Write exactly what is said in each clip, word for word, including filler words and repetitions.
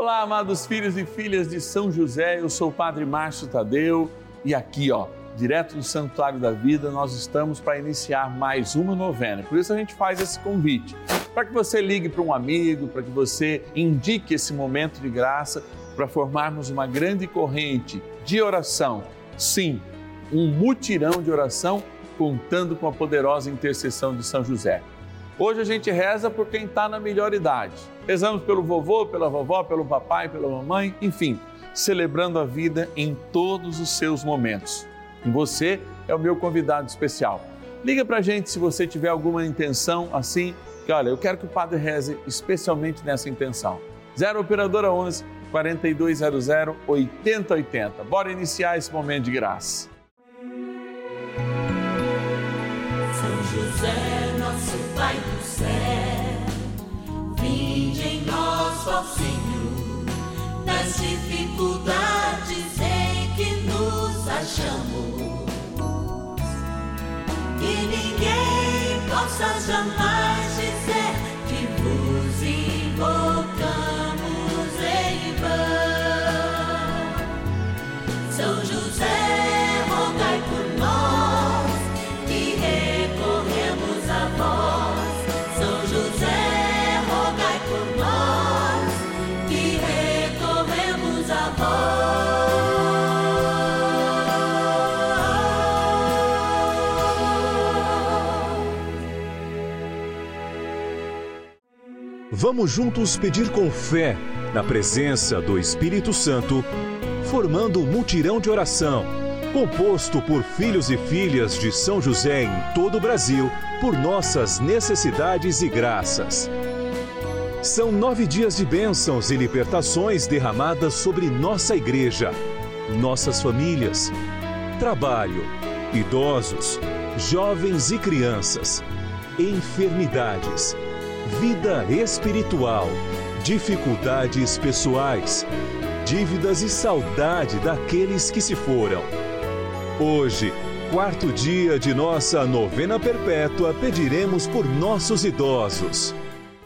Olá, amados filhos e filhas de São José, eu sou o Padre Márcio Tadeu e aqui, ó, direto do Santuário da Vida, nós estamos para iniciar mais uma novena. Por isso a gente faz esse convite, para que você ligue para um amigo, para que você indique esse momento de graça, para formarmos uma grande corrente de oração. Sim, um mutirão de oração, contando com a poderosa intercessão de São José. Hoje a gente reza por quem está na melhor idade. Rezamos pelo vovô, pela vovó, pelo papai, pela mamãe, enfim, celebrando a vida em todos os seus momentos. E você é o meu convidado especial. Liga pra gente se você tiver alguma intenção assim, que olha, eu quero que o Padre reze especialmente nessa intenção. zero Operadora onze, quarenta e dois zero zero, oitenta oitenta. Bora iniciar esse momento de graça. São José, nosso Pai do céu, vinde em nós, ó Senhor, nas dificuldades em que nos achamos. Que ninguém possa jamais dizer que vos invocamos em vão. São José, rogai por nós, que recorremos a vós. São José, rogai por nós, que recorremos a vós. Vamos juntos pedir com fé, na presença do Espírito Santo, formando um mutirão de oração, composto por filhos e filhas de São José em todo o Brasil, por nossas necessidades e graças. São nove dias de bênçãos e libertações derramadas sobre nossa igreja, nossas famílias, trabalho, idosos, jovens e crianças, enfermidades, vida espiritual, dificuldades pessoais, dívidas e saudade daqueles que se foram. Hoje, quarto dia de nossa novena perpétua, pediremos por nossos idosos.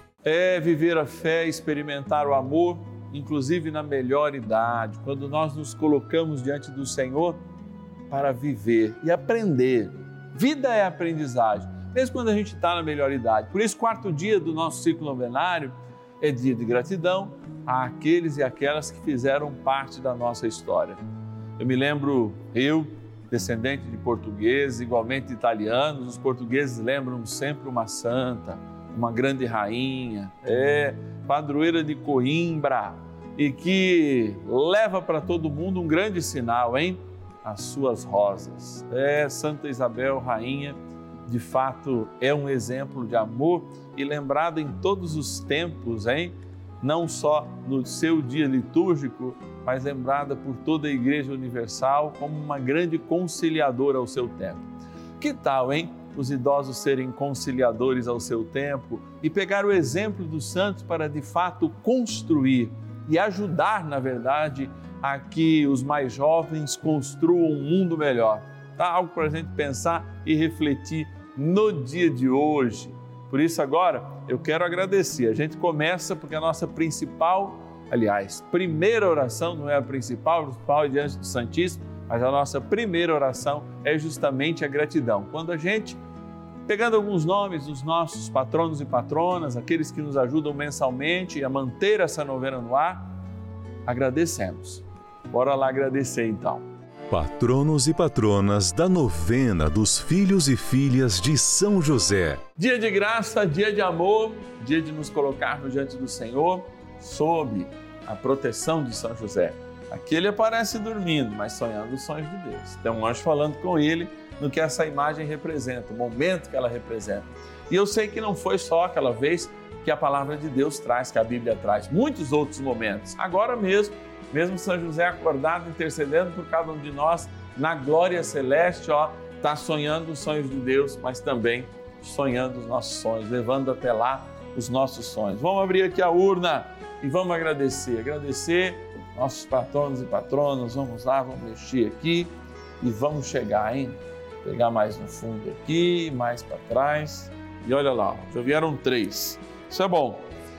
É viver a fé, experimentar o amor, inclusive na melhor idade, quando nós nos colocamos diante do Senhor para viver e aprender. Vida é aprendizagem, mesmo quando a gente está na melhor idade. Por isso, quarto dia do nosso ciclo novenário é dia de gratidão àqueles e aquelas que fizeram parte da nossa história. Eu me lembro, eu, descendente de portugueses, igualmente italianos, os portugueses lembram sempre uma santa, uma grande rainha, é, padroeira de Coimbra, e que leva para todo mundo um grande sinal, hein? As suas rosas. É, Santa Isabel, rainha, de fato é um exemplo de amor e lembrada em todos os tempos, hein? Não só no seu dia litúrgico, mas lembrada por toda a Igreja Universal como uma grande conciliadora ao seu tempo. Que tal, hein? Os idosos serem conciliadores ao seu tempo e pegar o exemplo dos santos para, de fato, construir e ajudar, na verdade, a que os mais jovens construam um mundo melhor. Tá? Algo para a gente pensar e refletir no dia de hoje. Por isso agora eu quero agradecer. A gente começa porque a nossa principal, aliás, primeira oração, não é a principal, a principal é diante do Santíssimo, mas a nossa primeira oração é justamente a gratidão. Quando a gente, pegando alguns nomes dos nossos patronos e patronas, aqueles que nos ajudam mensalmente a manter essa novena no ar, agradecemos. Bora lá agradecer então. Patronos e patronas da novena dos filhos e filhas de São José. Dia de graça, dia de amor, dia de nos colocarmos diante do Senhor, sob a proteção de São José. Aqui ele aparece dormindo, mas sonhando os sonhos de Deus. Tem um anjo falando com ele no que essa imagem representa, o momento que ela representa. E eu sei que não foi só aquela vez que a palavra de Deus traz, que a Bíblia traz, muitos outros momentos. Agora mesmo, mesmo São José acordado, intercedendo por cada um de nós, na glória celeste, ó, está sonhando os sonhos de Deus, mas também sonhando os nossos sonhos, levando até lá os nossos sonhos. Vamos abrir aqui a urna e vamos agradecer, agradecer nossos patronos e patronas, vamos lá, vamos mexer aqui e vamos chegar, hein? Pegar mais no fundo aqui, mais para trás, e olha lá, já vieram três, isso é bom.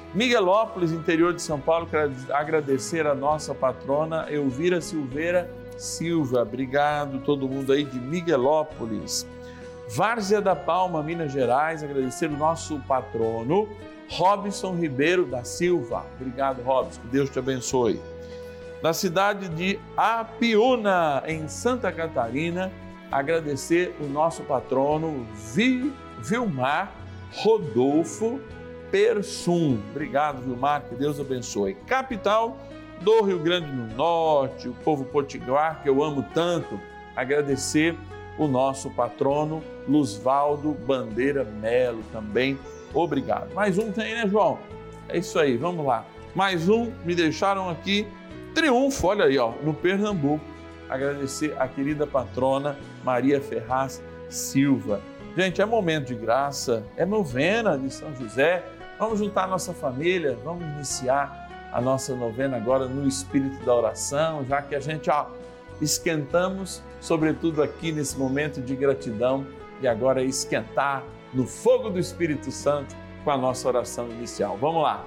Miguelópolis, interior de São Paulo, quero agradecer a nossa patrona Elvira Silveira Silva. Obrigado todo mundo aí de Miguelópolis. Várzea da Palma, Minas Gerais, agradecer o nosso patrono Robson Ribeiro da Silva. Obrigado, Robson, que Deus te abençoe. Na cidade de Apiúna, em Santa Catarina, agradecer o nosso patrono Vi, Vilmar Rodolfo Persum. Obrigado, Vilmar, que Deus abençoe. Capital do Rio Grande do Norte, o povo potiguar, que eu amo tanto, agradecer o nosso patrono Luzvaldo Bandeira Melo também. Obrigado. Mais um tem, né, João? É isso aí, vamos lá. Mais um, me deixaram aqui, triunfo, olha aí, ó, no Pernambuco. Agradecer a querida patrona Maria Ferraz Silva. Gente, é momento de graça, é novena de São José. Vamos juntar a nossa família, vamos iniciar a nossa novena agora no espírito da oração, já que a gente, ó, esquentamos, sobretudo aqui nesse momento de gratidão, e agora esquentar no fogo do Espírito Santo com a nossa oração inicial. Vamos lá.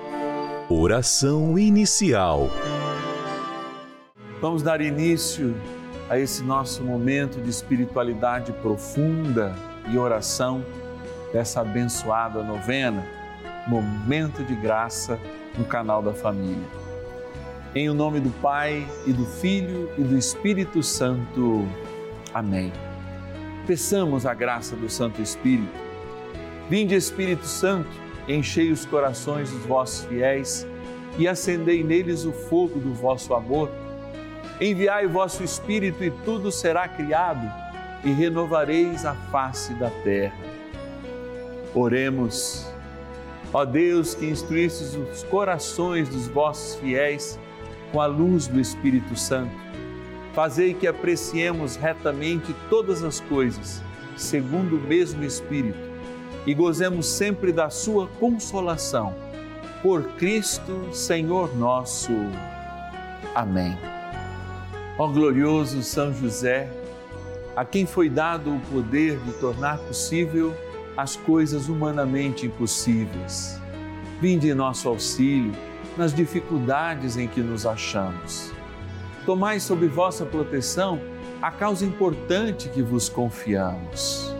Oração inicial. Vamos dar início a esse nosso momento de espiritualidade profunda e oração dessa abençoada novena, momento de graça no canal da família. Em o nome do Pai e do Filho e do Espírito Santo. Amém. Peçamos a graça do Santo Espírito. Vinde, Espírito Santo, enchei os corações dos vossos fiéis e acendei neles o fogo do vosso amor. Enviai o vosso Espírito e tudo será criado e renovareis a face da terra. Oremos. Ó Deus, que instruístes os corações dos vossos fiéis com a luz do Espírito Santo, fazei que apreciemos retamente todas as coisas, segundo o mesmo Espírito, e gozemos sempre da sua consolação. Por Cristo, Senhor nosso. Amém. Ó glorioso São José, a quem foi dado o poder de tornar possível as coisas humanamente impossíveis, vinde em nosso auxílio nas dificuldades em que nos achamos. Tomai sob vossa proteção a causa importante que vos confiamos.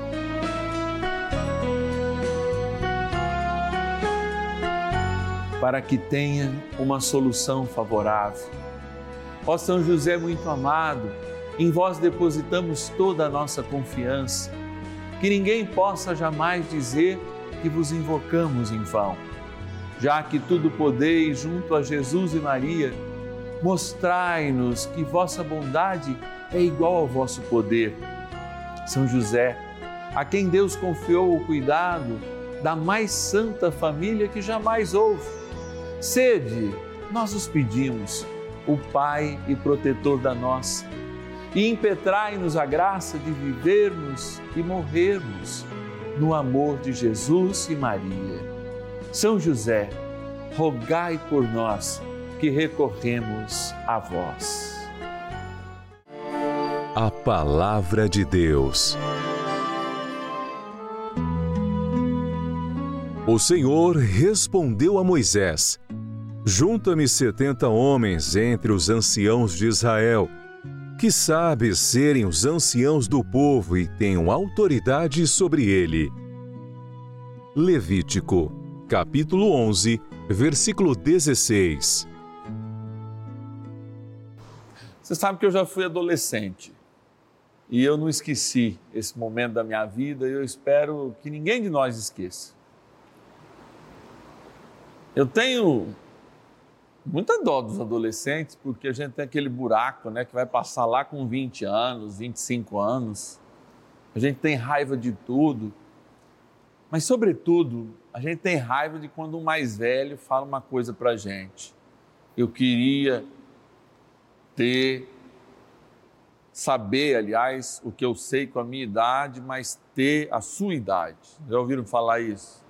Para que tenha uma solução favorável. Ó São José muito amado, em vós depositamos toda a nossa confiança, que ninguém possa jamais dizer que vos invocamos em vão. Já que tudo podeis junto a Jesus e Maria, mostrai-nos que vossa bondade é igual ao vosso poder. São José, a quem Deus confiou o cuidado da mais santa família que jamais houve, sede, nós os pedimos, o Pai e protetor da nossa, e impetrai-nos a graça de vivermos e morrermos no amor de Jesus e Maria. São José, rogai por nós que recorremos a vós. A Palavra de Deus. O Senhor respondeu a Moisés: junta-me setenta homens entre os anciãos de Israel, que sabem serem os anciãos do povo e tenham autoridade sobre ele. Levítico, capítulo onze, versículo dezesseis. Você sabe que eu já fui adolescente e eu não esqueci esse momento da minha vida e eu espero que ninguém de nós esqueça. Eu tenho muita dó dos adolescentes, porque a gente tem aquele buraco, né, que vai passar lá com vinte anos, vinte e cinco anos. A gente tem raiva de tudo, mas, sobretudo, a gente tem raiva de quando um mais velho fala uma coisa pra gente. Eu queria ter, saber, aliás, o que eu sei com a minha idade, mas ter a sua idade. Já ouviram falar isso?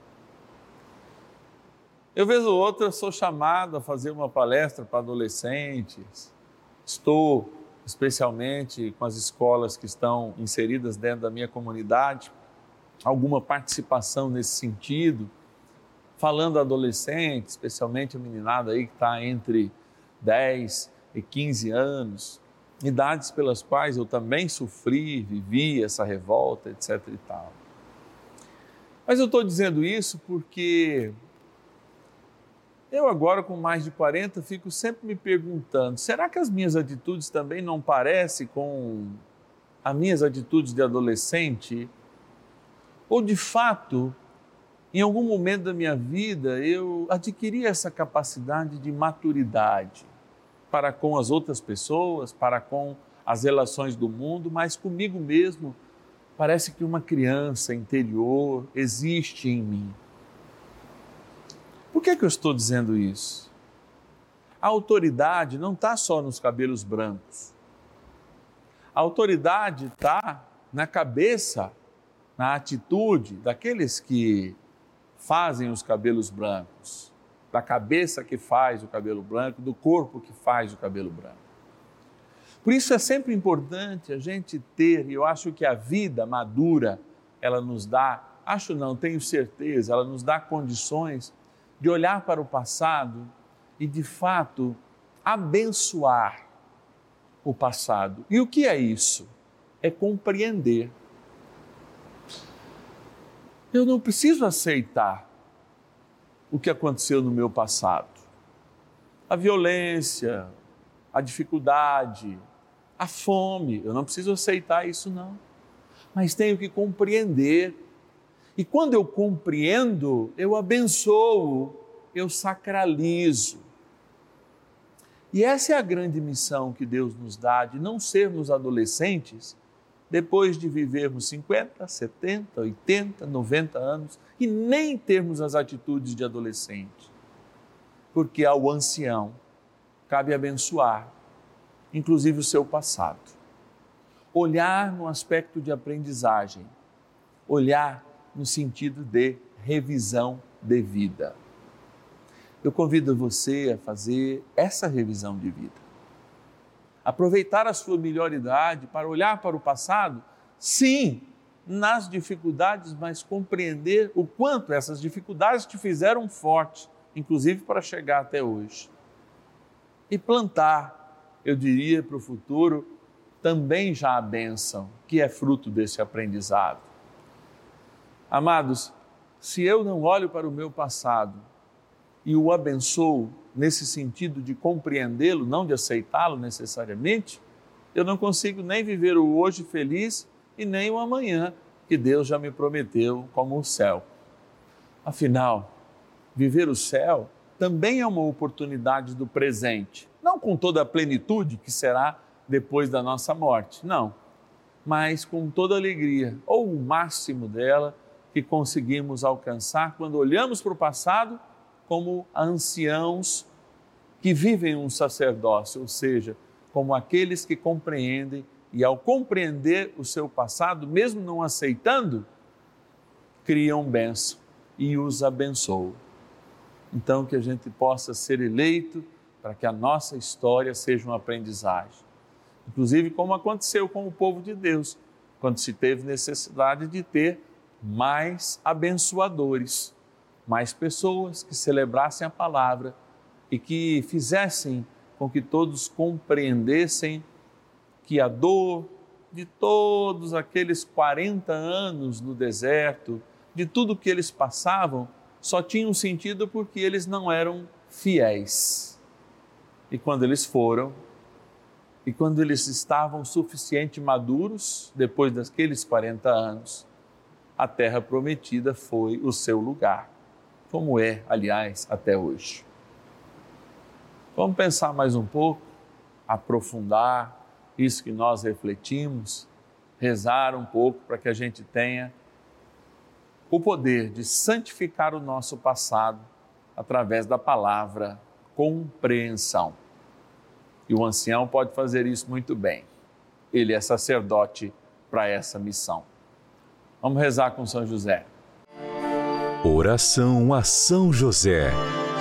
Eu, vez ou outra, sou chamado a fazer uma palestra para adolescentes. Estou, especialmente com as escolas que estão inseridas dentro da minha comunidade, alguma participação nesse sentido, falando adolescente, especialmente a meninada aí que está entre dez e quinze anos, idades pelas quais eu também sofri, vivi essa revolta, etc e tal. Mas eu estou dizendo isso porque eu agora com mais de quarenta fico sempre me perguntando, será que as minhas atitudes também não parecem com as minhas atitudes de adolescente? Ou de fato, em algum momento da minha vida, eu adquiri essa capacidade de maturidade para com as outras pessoas, para com as relações do mundo, mas comigo mesmo parece que uma criança interior existe em mim. Por que que eu estou dizendo isso? A autoridade não está só nos cabelos brancos. A autoridade está na cabeça, na atitude daqueles que fazem os cabelos brancos, da cabeça que faz o cabelo branco, do corpo que faz o cabelo branco. Por isso é sempre importante a gente ter, e eu acho que a vida madura, ela nos dá, acho não, tenho certeza, ela nos dá condições de olhar para o passado e, de fato, abençoar o passado. E o que é isso? É compreender. Eu não preciso aceitar o que aconteceu no meu passado. A violência, a dificuldade, a fome, eu não preciso aceitar isso não. Mas tenho que compreender. E quando eu compreendo, eu abençoo, eu sacralizo. E essa é a grande missão que Deus nos dá, de não sermos adolescentes depois de vivermos cinquenta, setenta, oitenta, noventa anos e nem termos as atitudes de adolescente. Porque ao ancião cabe abençoar, inclusive o seu passado. Olhar no aspecto de aprendizagem, olhar no sentido de revisão de vida. Eu convido você a fazer essa revisão de vida. Aproveitar a sua melhor idade para olhar para o passado, sim, nas dificuldades, mas compreender o quanto essas dificuldades te fizeram forte, inclusive para chegar até hoje. E plantar, eu diria, para o futuro, também já a bênção, que é fruto desse aprendizado. Amados, se eu não olho para o meu passado e o abençoo nesse sentido de compreendê-lo, não de aceitá-lo necessariamente, eu não consigo nem viver o hoje feliz e nem o amanhã que Deus já me prometeu como o céu. Afinal, viver o céu também é uma oportunidade do presente, não com toda a plenitude que será depois da nossa morte, não, mas com toda a alegria, ou o máximo dela, que conseguimos alcançar quando olhamos para o passado como anciãos que vivem um sacerdócio, ou seja, como aqueles que compreendem e ao compreender o seu passado, mesmo não aceitando, criam bênção e os abençoam. Então que a gente possa ser eleito para que a nossa história seja uma aprendizagem. Inclusive como aconteceu com o povo de Deus, quando se teve necessidade de ter mais abençoadores, mais pessoas que celebrassem a palavra e que fizessem com que todos compreendessem que a dor de todos aqueles quarenta anos no deserto, de tudo que eles passavam, só tinha um sentido porque eles não eram fiéis. E quando eles foram, e quando eles estavam suficientemente maduros, depois daqueles quarenta anos, a terra prometida foi o seu lugar, como é, aliás, até hoje. Vamos pensar mais um pouco, aprofundar isso que nós refletimos, rezar um pouco para que a gente tenha o poder de santificar o nosso passado através da palavra compreensão. E o ancião pode fazer isso muito bem. Ele é sacerdote para essa missão. Vamos rezar com São José. Oração a São José.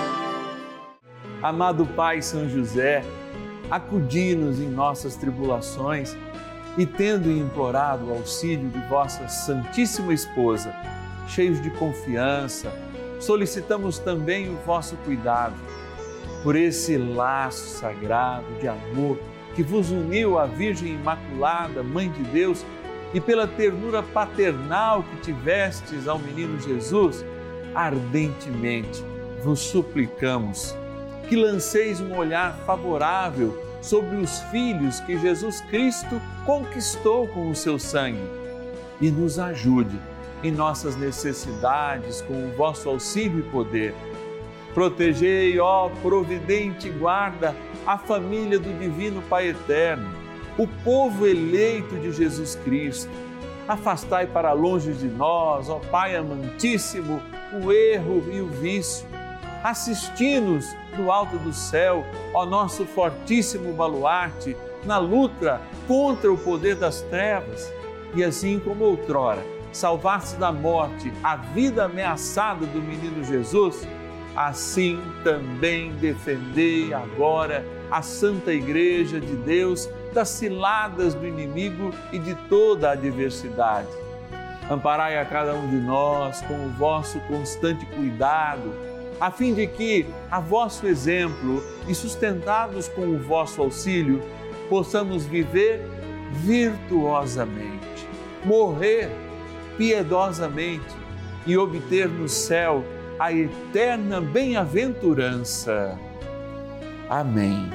Amado Pai São José, acudi-nos em nossas tribulações e, tendo implorado o auxílio de vossa Santíssima Esposa, cheios de confiança, solicitamos também o vosso cuidado por esse laço sagrado de amor que vos uniu à Virgem Imaculada, Mãe de Deus, e pela ternura paternal que tivestes ao menino Jesus, ardentemente vos suplicamos que lanceis um olhar favorável sobre os filhos que Jesus Cristo conquistou com o seu sangue e nos ajude em nossas necessidades com o vosso auxílio e poder. Protegei, ó providente guarda, a família do Divino Pai Eterno, o povo eleito de Jesus Cristo. Afastai para longe de nós, ó Pai amantíssimo, o erro e o vício. Assisti-nos do alto do céu, ó nosso fortíssimo baluarte, na luta contra o poder das trevas. E assim como outrora salvaste da morte a vida ameaçada do menino Jesus, assim também defendei agora a Santa Igreja de Deus das ciladas do inimigo e de toda a adversidade. Amparai a cada um de nós com o vosso constante cuidado, a fim de que, a vosso exemplo e sustentados com o vosso auxílio, possamos viver virtuosamente, morrer piedosamente e obter no céu a eterna bem-aventurança. Amém.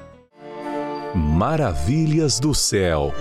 Maravilhas do céu.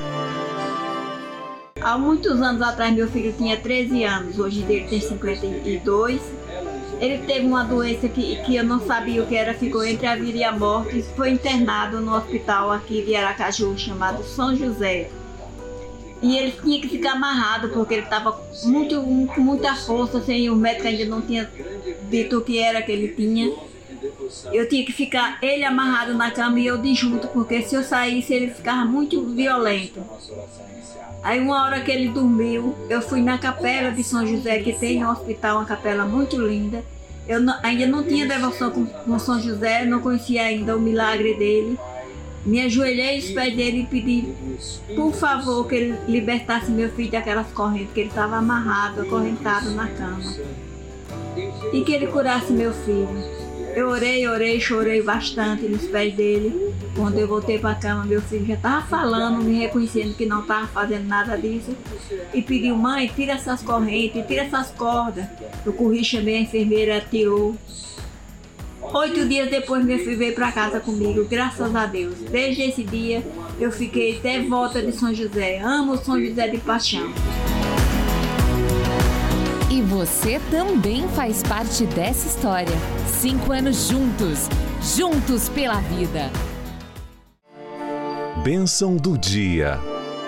Há muitos anos atrás, meu filho tinha treze anos, hoje ele tem cinquenta e dois. Ele teve uma doença que, que eu não sabia o que era, ficou entre a vida e a morte. Foi internado no hospital aqui de Aracaju, chamado São José. E ele tinha que ficar amarrado, porque ele estava muito, com muita força, assim, o médico ainda não tinha dito o que era que ele tinha. Eu tinha que ficar ele amarrado na cama e eu de junto, porque se eu saísse ele ficava muito violento. Aí uma hora que ele dormiu, eu fui na capela de São José, que tem no hospital, uma capela muito linda. Eu não, ainda não tinha devoção com, com São José, não conhecia ainda o milagre dele. Me ajoelhei aos pés dele e pedi, por favor, que ele libertasse meu filho daquelas correntes, que ele estava amarrado, acorrentado na cama. E que ele curasse meu filho. Eu orei, orei, chorei bastante nos pés dele. Quando eu voltei para a cama, meu filho já estava falando, me reconhecendo que não estava fazendo nada disso. E pediu, mãe, tira essas correntes, tira essas cordas. Eu corri, chamei a enfermeira, tirou. Oito dias depois, meu filho veio para casa comigo, graças a Deus. Desde esse dia, eu fiquei devota de São José. Amo São José de paixão. E você também faz parte dessa história. Cinco anos juntos, juntos pela vida. Bênção do dia.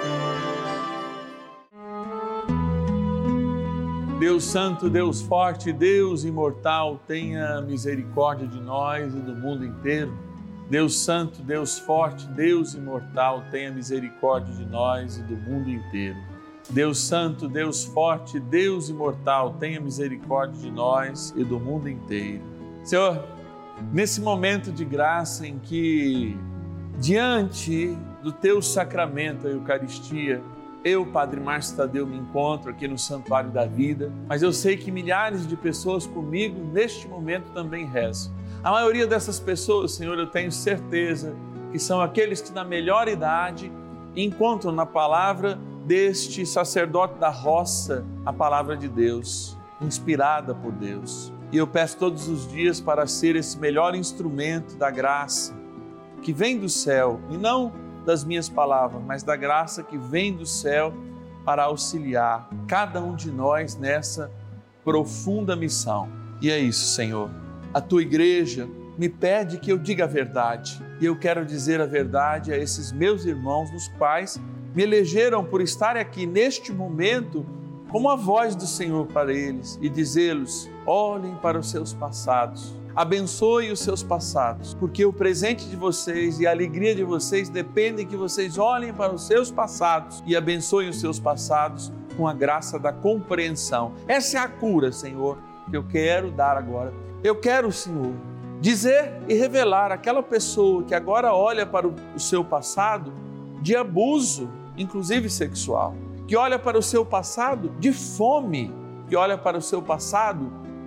Deus Santo, Deus Forte, Deus Imortal, tenha misericórdia de nós e do mundo inteiro. Deus Santo, Deus Forte, Deus Imortal, tenha misericórdia de nós e do mundo inteiro. Deus Santo, Deus Forte, Deus Imortal, tenha misericórdia de nós e do mundo inteiro. Senhor, nesse momento de graça em que, diante do Teu sacramento, a Eucaristia, eu, Padre Márcio Tadeu, me encontro aqui no Santuário da Vida, mas eu sei que milhares de pessoas comigo, neste momento, também rezam. A maioria dessas pessoas, Senhor, eu tenho certeza que são aqueles que, na melhor idade, encontram na palavra deste sacerdote da roça a palavra de Deus, inspirada por Deus. E eu peço todos os dias para ser esse melhor instrumento da graça que vem do céu, e não das minhas palavras, mas da graça que vem do céu para auxiliar cada um de nós nessa profunda missão. E é isso, Senhor. A Tua igreja me pede que eu diga a verdade, e eu quero dizer a verdade a esses meus irmãos, nos quais me elegeram por estar aqui neste momento como a voz do Senhor para eles e dizê-los: olhem para os seus passados, abençoe os seus passados, porque o presente de vocês e a alegria de vocês dependem que vocês olhem para os seus passados e abençoem os seus passados com a graça da compreensão. Essa é a cura, Senhor, que eu quero dar agora. Eu quero, Senhor, dizer e revelar àquela pessoa que agora olha para o seu passado de abuso, inclusive sexual, que olha para o seu passado de fome, que olha para o seu passado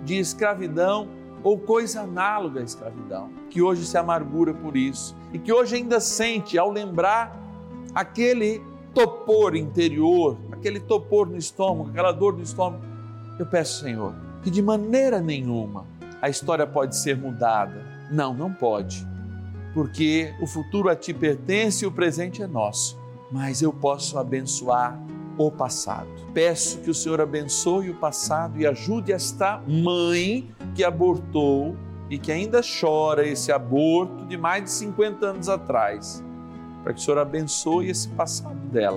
de escravidão ou coisa análoga à escravidão, que hoje se amargura por isso e que hoje ainda sente ao lembrar aquele topor interior, aquele topor no estômago, aquela dor no estômago. Eu peço, Senhor, que de maneira nenhuma a história pode ser mudada. Não, não pode, porque o futuro a ti pertence e o presente é nosso, mas eu posso abençoar o passado. Peço que o Senhor abençoe o passado e ajude esta mãe que abortou e que ainda chora esse aborto de mais de cinquenta anos atrás, para que o Senhor abençoe esse passado dela.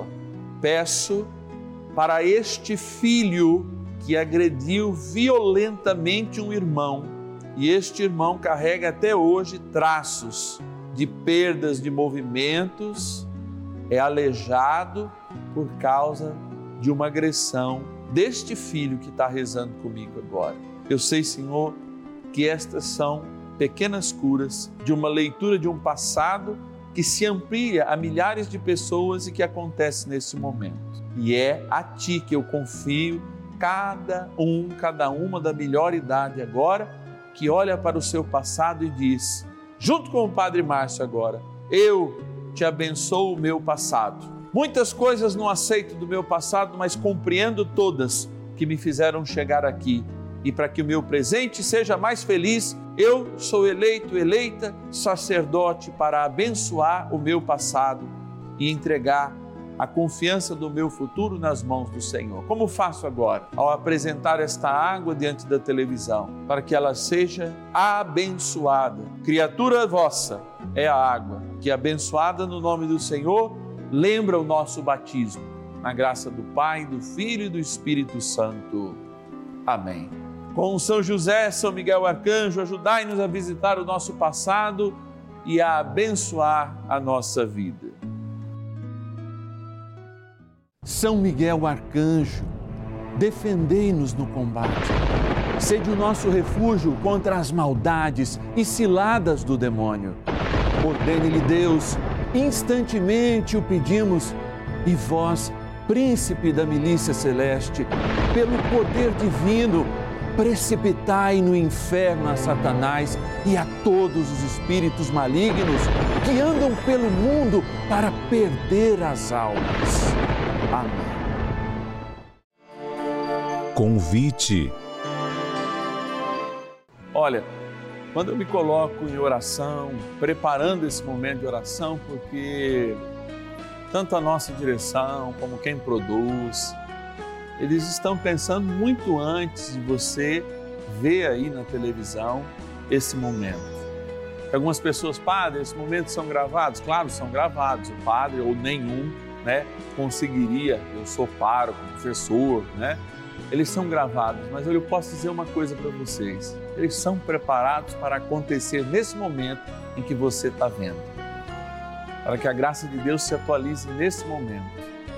Peço para este filho que agrediu violentamente um irmão, e este irmão carrega até hoje traços de perdas de movimentos, é aleijado por causa de uma agressão deste filho que está rezando comigo agora. Eu sei, Senhor, que estas são pequenas curas de uma leitura de um passado que se amplia a milhares de pessoas e que acontece nesse momento. E é a Ti que eu confio, cada um, cada uma da melhor idade agora, que olha para o seu passado e diz, junto com o Padre Márcio agora, eu te abençoo o meu passado. Muitas coisas não aceito do meu passado, mas compreendo todas que me fizeram chegar aqui. E para que o meu presente seja mais feliz, eu sou eleito, eleita, sacerdote para abençoar o meu passado e entregar a confiança do meu futuro nas mãos do Senhor. Como faço agora? Ao apresentar esta água diante da televisão, para que ela seja abençoada. Criatura vossa é a água, que abençoada no nome do Senhor, lembra o nosso batismo. Na graça do Pai, do Filho e do Espírito Santo. Amém. Com São José, São Miguel Arcanjo, ajudai-nos a visitar o nosso passado e a abençoar a nossa vida. São Miguel Arcanjo, defendei-nos no combate. Sede o nosso refúgio contra as maldades e ciladas do demônio. Ordene-lhe Deus, instantemente o pedimos, e vós, príncipe da milícia celeste, pelo poder divino, precipitai no inferno a Satanás e a todos os espíritos malignos que andam pelo mundo para perder as almas. Amém. Convite. Olha, quando eu me coloco em oração, preparando esse momento de oração, porque tanto a nossa direção como quem produz, eles estão pensando muito antes de você ver aí na televisão esse momento. Algumas pessoas, padre, esses momentos são gravados? Claro, são gravados. O padre ou nenhum, né, conseguiria, eu sou pároco, professor, né? Eles são gravados, mas eu posso dizer uma coisa para vocês. Eles são preparados para acontecer nesse momento em que você está vendo. Para que a graça de Deus se atualize nesse momento.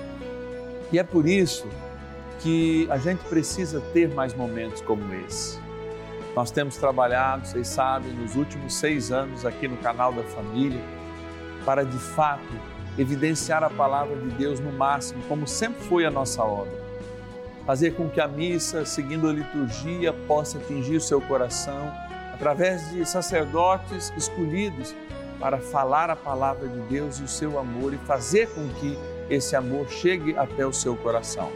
E é por isso que a gente precisa ter mais momentos como esse. Nós temos trabalhado, vocês sabem, nos últimos seis anos aqui no canal da Família, para de fato evidenciar a palavra de Deus no máximo, como sempre foi a nossa obra. Fazer com que a missa, seguindo a liturgia, possa atingir o seu coração, através de sacerdotes escolhidos para falar a palavra de Deus e o seu amor e fazer com que esse amor chegue até o seu coração.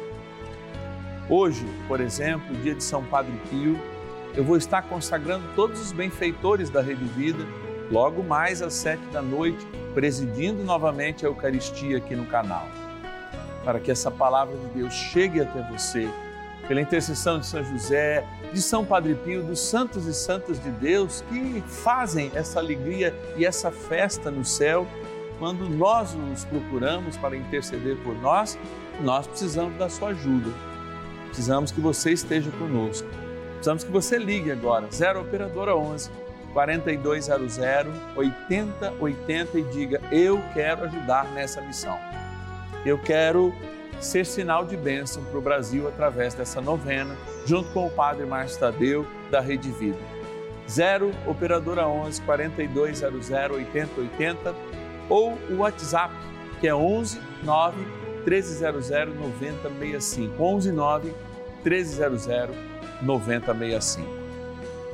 Hoje, por exemplo, dia de São Padre Pio, eu vou estar consagrando todos os benfeitores da Rede Vida, logo mais às sete da noite, presidindo novamente a Eucaristia aqui no canal. Para que essa palavra de Deus chegue até você, pela intercessão de São José, de São Padre Pio, dos santos e santas de Deus que fazem essa alegria e essa festa no céu. Quando nós os procuramos para interceder por nós, nós precisamos da sua ajuda. Precisamos que você esteja conosco. Precisamos que você ligue agora, zero Operadora onze, quarenta e dois zero zero, oitenta oitenta e diga, eu quero ajudar nessa missão. Eu quero ser sinal de bênção para o Brasil através dessa novena, junto com o Padre Márcio Tadeu, da Rede Vida. zero Operadora onze, quarenta e dois zero zero, oitenta oitenta ou o WhatsApp, que é onze, nove, treze zero zero, noventa sessenta e cinco. onze, nove, treze zero zero, noventa sessenta e cinco.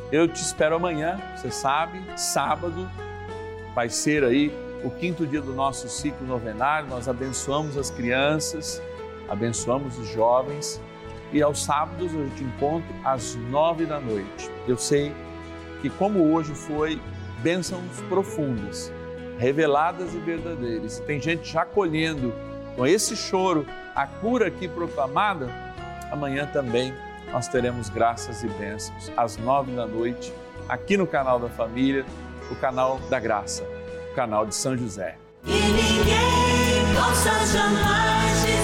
Eu te espero amanhã, você sabe, sábado, vai ser aí o quinto dia do nosso ciclo novenário. Nós abençoamos as crianças, abençoamos os jovens e aos sábados eu te encontro às nove da noite. Eu sei que como hoje foi, bênçãos profundas, reveladas e verdadeiras. Tem gente já colhendo com esse choro a cura aqui proclamada. Amanhã também nós teremos graças e bênçãos às nove da noite, aqui no canal da Família, o canal da Graça, o canal de São José. E ninguém possa jamais dizer